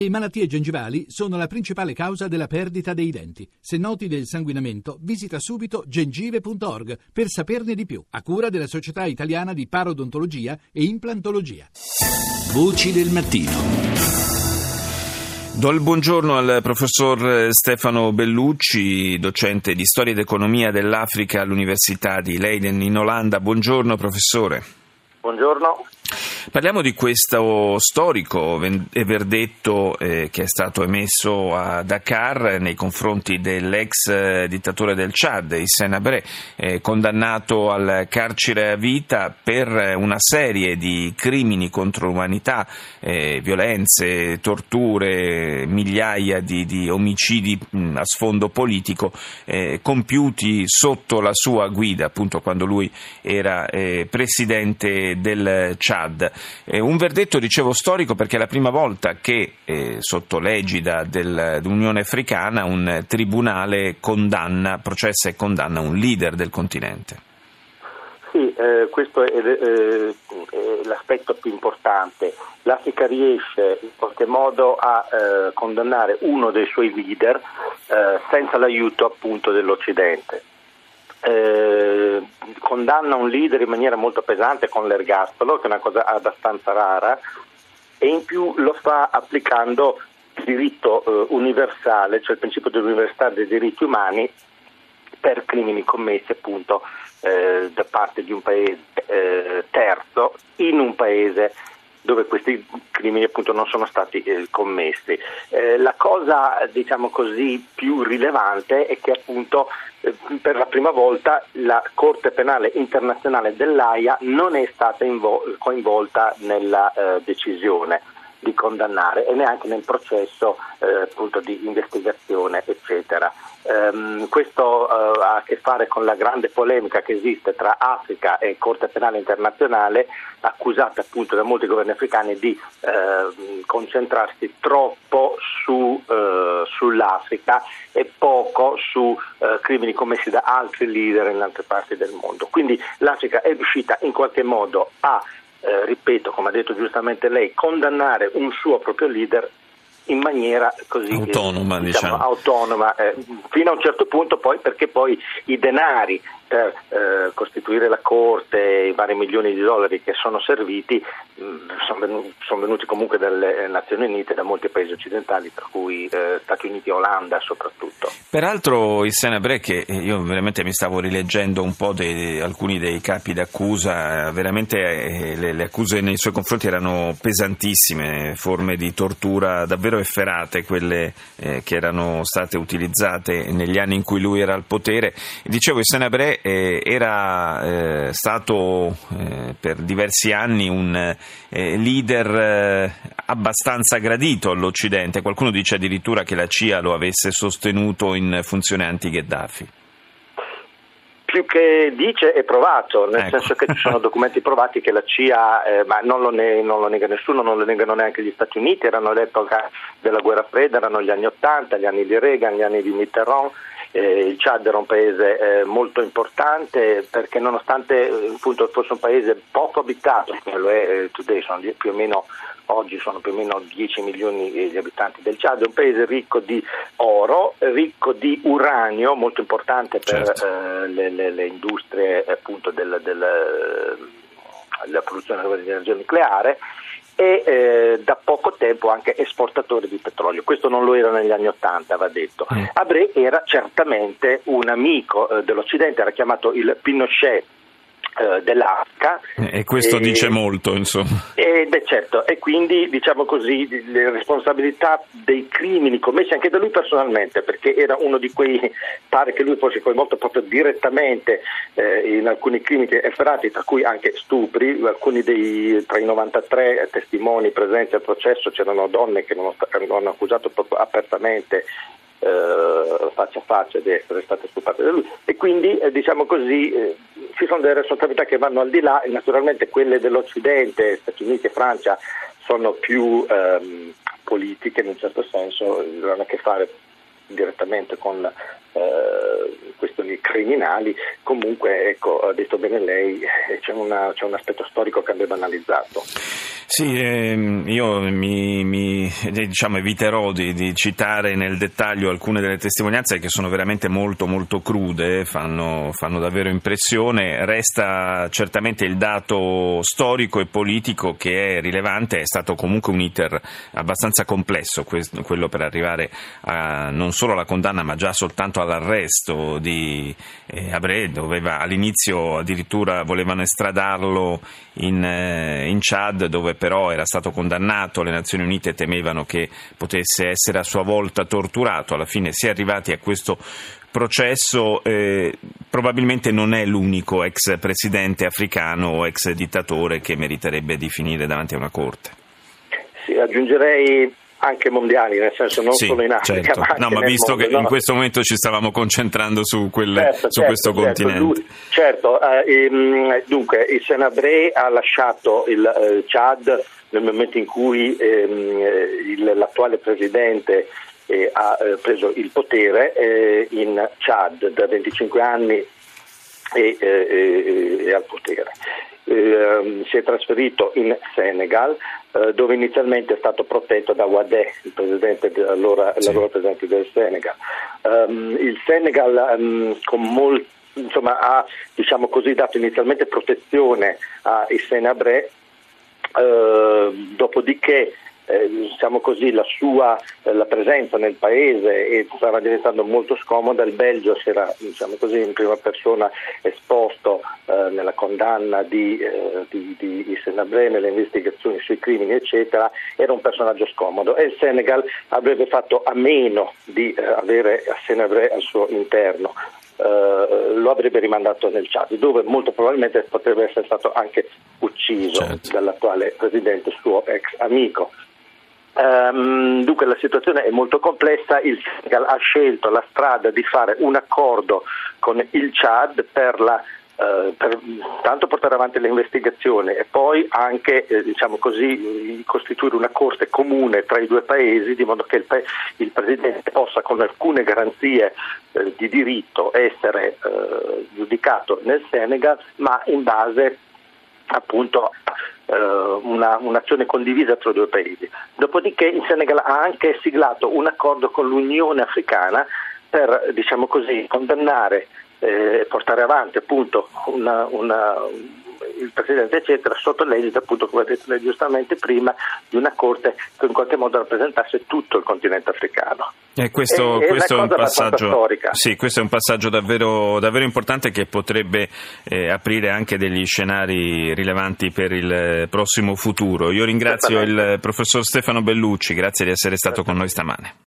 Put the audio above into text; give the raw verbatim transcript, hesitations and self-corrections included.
Le malattie gengivali sono la principale causa della perdita dei denti. Se noti del sanguinamento, visita subito gengive punto org per saperne di più, a cura della Società Italiana di Parodontologia e Implantologia. Voci del mattino. Do il buongiorno al professor Stefano Bellucci, docente di Storia ed Economia dell'Africa all'Università di Leiden in Olanda. Buongiorno professore. Buongiorno. Parliamo di questo storico verdetto eh, che è stato emesso a Dakar nei confronti dell'ex eh, dittatore del Chad, Hissène Habré, eh, condannato al carcere a vita per una serie di crimini contro l'umanità, eh, violenze, torture, migliaia di, di omicidi mh, a sfondo politico eh, compiuti sotto la sua guida, appunto quando lui era eh, presidente del Chad. Eh, un verdetto, dicevo, storico perché è la prima volta che eh, sotto l'egida del, dell'Unione Africana un tribunale condanna, processa e condanna un leader del continente. Sì, eh, questo è, eh, è l'aspetto più importante. L'Africa riesce in qualche modo a eh, condannare uno dei suoi leader eh, senza l'aiuto appunto dell'Occidente. Eh, condanna un leader in maniera molto pesante con l'ergastolo, che è una cosa abbastanza rara, e in più lo fa applicando il diritto eh, universale, cioè il principio dell'universalità dei diritti umani per crimini commessi appunto eh, da parte di un paese eh, terzo in un paese dove questi crimini appunto non sono stati eh, commessi. Eh, la cosa, diciamo così, più rilevante è che appunto eh, per la prima volta la Corte Penale Internazionale dell'Aia non è stata invo- coinvolta nella eh, decisione di condannare e neanche nel processo eh, appunto di investigazione eccetera. Um, questo uh, ha a che fare con la grande polemica che esiste tra Africa e Corte Penale Internazionale, accusata appunto da molti governi africani di uh, concentrarsi troppo su, uh, sull'Africa e poco su uh, crimini commessi da altri leader in altre parti del mondo. Quindi l'Africa è riuscita in qualche modo a Eh, ripeto, come ha detto giustamente lei, condannare un suo proprio leader in maniera così autonoma, eh, diciamo, diciamo. autonoma eh, fino a un certo punto, poi perché poi i denari per eh, costituire la corte, i vari milioni di dollari che sono serviti mh, sono, venuti, sono venuti comunque dalle Nazioni Unite, da molti paesi occidentali, tra cui eh, Stati Uniti e Olanda soprattutto. Peraltro Hissène Habré, che io veramente mi stavo rileggendo un po' dei, alcuni dei capi d'accusa, veramente eh, le, le accuse nei suoi confronti erano pesantissime, forme di tortura davvero efferate, quelle eh, che erano state utilizzate negli anni in cui lui era al potere. Dicevo, Hissène Habré eh, era eh, stato eh, per diversi anni un eh, leader eh, abbastanza gradito all'Occidente. Qualcuno dice addirittura che la C I A lo avesse sostenuto in funzione anti-Gheddafi. Più che dice è provato, nel ecco. senso che ci sono documenti provati che la C I A, eh, ma non lo, ne, non lo nega nessuno, non lo negano neanche gli Stati Uniti, erano l'epoca della guerra fredda, erano gli anni Ottanta, gli anni di Reagan, gli anni di Mitterrand. Eh, il Chad era un paese eh, molto importante perché nonostante eh, appunto fosse un paese poco abitato, come lo è eh, today, sono più o meno, oggi sono più o meno dieci milioni di abitanti del Chad, è un paese ricco di oro, ricco di uranio, molto importante per certo. eh, le, le, le industrie appunto del, del, della produzione di energia nucleare, e eh, da poco tempo anche esportatore di petrolio. Questo non lo era negli anni Ottanta, va detto. Mm. Habré era certamente un amico eh, dell'Occidente, era chiamato il Pinochet eh, dell'Africa. E questo e, dice molto, insomma. E, beh, certo, e quindi, diciamo così, le responsabilità dei crimini commessi anche da lui personalmente, perché era uno di quei, pare che lui fosse coinvolto proprio direttamente eh, in alcuni crimini efferati, tra cui anche stupri. Alcuni dei tra i novantatré testimoni presenti al processo c'erano donne che non hanno accusato proprio apertamente Uh, faccia a faccia di essere state stuprate da lui, e quindi eh, diciamo così eh, ci sono delle responsabilità che vanno al di là, e naturalmente quelle dell'Occidente, Stati Uniti e Francia sono più ehm, politiche in un certo senso, hanno a che fare direttamente con eh, questioni criminali. Comunque, ecco, ha detto bene lei, c'è, una, c'è un aspetto storico che andrebbe analizzato. Sì, ehm, io mi, mi diciamo, eviterò di, di citare nel dettaglio alcune delle testimonianze che sono veramente molto molto crude, fanno, fanno davvero impressione. Resta certamente il dato storico e politico che è rilevante, è stato comunque un iter abbastanza complesso, questo, quello per arrivare a, non solo alla condanna ma già soltanto all'arresto di eh, Habré. Doveva, all'inizio addirittura volevano estradarlo in, eh, in Chad, dove però era stato condannato, le Nazioni Unite temevano che potesse essere a sua volta torturato. Alla fine si è arrivati a questo processo. Eh, probabilmente non è l'unico ex presidente africano o ex dittatore che meriterebbe di finire davanti a una corte. Sì, aggiungerei anche mondiali, nel senso non sì, solo in Africa, certo. ma anche no, ma nel visto mondo, che no? in questo momento ci stavamo concentrando su, quel, certo, su certo, questo certo, continente. Lui, certo, eh, ehm, dunque il Hissène Habré ha lasciato il eh, Chad nel momento in cui ehm, il, l'attuale presidente eh, ha eh, preso il potere eh, in Chad da venticinque anni e, eh, è al potere. Eh, si è trasferito in Senegal, eh, dove inizialmente è stato protetto da Wade, il presidente allora, sì. l'allora presidente del Senegal. Um, il Senegal um, con molti, insomma, ha diciamo così dato inizialmente protezione a Hissène Habré, eh, dopodiché Eh, diciamo così la sua eh, la presenza nel paese e stava diventando molto scomoda. Il Belgio si era diciamo così in prima persona esposto eh, nella condanna di, eh, di, di Hissène Habré, nelle investigazioni sui crimini eccetera. Era un personaggio scomodo e il Senegal avrebbe fatto a meno di eh, avere Hissène Habré al suo interno. Uh, lo avrebbe rimandato nel Chad, dove molto probabilmente potrebbe essere stato anche ucciso certo. dall'attuale presidente, suo ex amico. Um, dunque la situazione è molto complessa. Il Senegal ha scelto la strada di fare un accordo con il Chad per la Uh, per tanto portare avanti le investigazioni e poi anche eh, diciamo così costituire una corte comune tra i due paesi, di modo che il, pa- il presidente possa con alcune garanzie eh, di diritto essere eh, giudicato nel Senegal, ma in base appunto a eh, una, un'azione condivisa tra i due paesi. Dopodiché il Senegal ha anche siglato un accordo con l'Unione Africana per diciamo così condannare e eh, portare avanti appunto una, una, il presidente eccetera sotto l'egida appunto, come ha detto lei giustamente prima, di una corte che in qualche modo rappresentasse tutto il continente africano. E questo, è, questo è, è un passaggio storica. Sì, questo è un passaggio davvero, davvero importante che potrebbe eh, aprire anche degli scenari rilevanti per il prossimo futuro. Io ringrazio il professor Stefano Bellucci, grazie di essere stato con noi stamane.